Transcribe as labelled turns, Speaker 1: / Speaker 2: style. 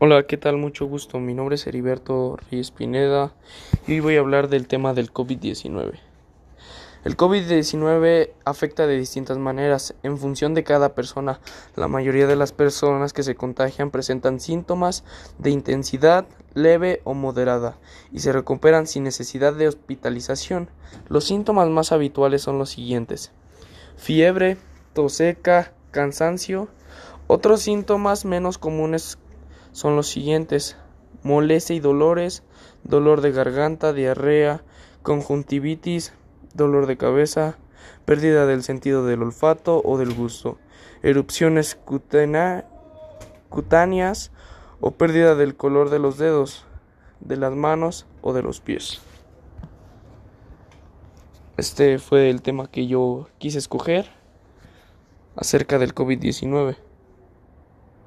Speaker 1: Hola, ¿qué tal? Mucho gusto. Mi nombre es Heriberto Reyes Pineda y hoy voy a hablar del tema del COVID-19. El COVID-19 afecta de distintas maneras en función de cada persona. La mayoría de las personas que se contagian presentan síntomas de intensidad leve o moderada y se recuperan sin necesidad de hospitalización. Los síntomas más habituales son los siguientes: fiebre, tos seca, cansancio. Otros síntomas menos comunes son los siguientes: molestia y dolores, dolor de garganta, diarrea, conjuntivitis, dolor de cabeza, pérdida del sentido del olfato o del gusto, erupciones cutáneas o pérdida del color de los dedos, de las manos o de los pies. Este fue el tema que yo quise escoger acerca del COVID-19.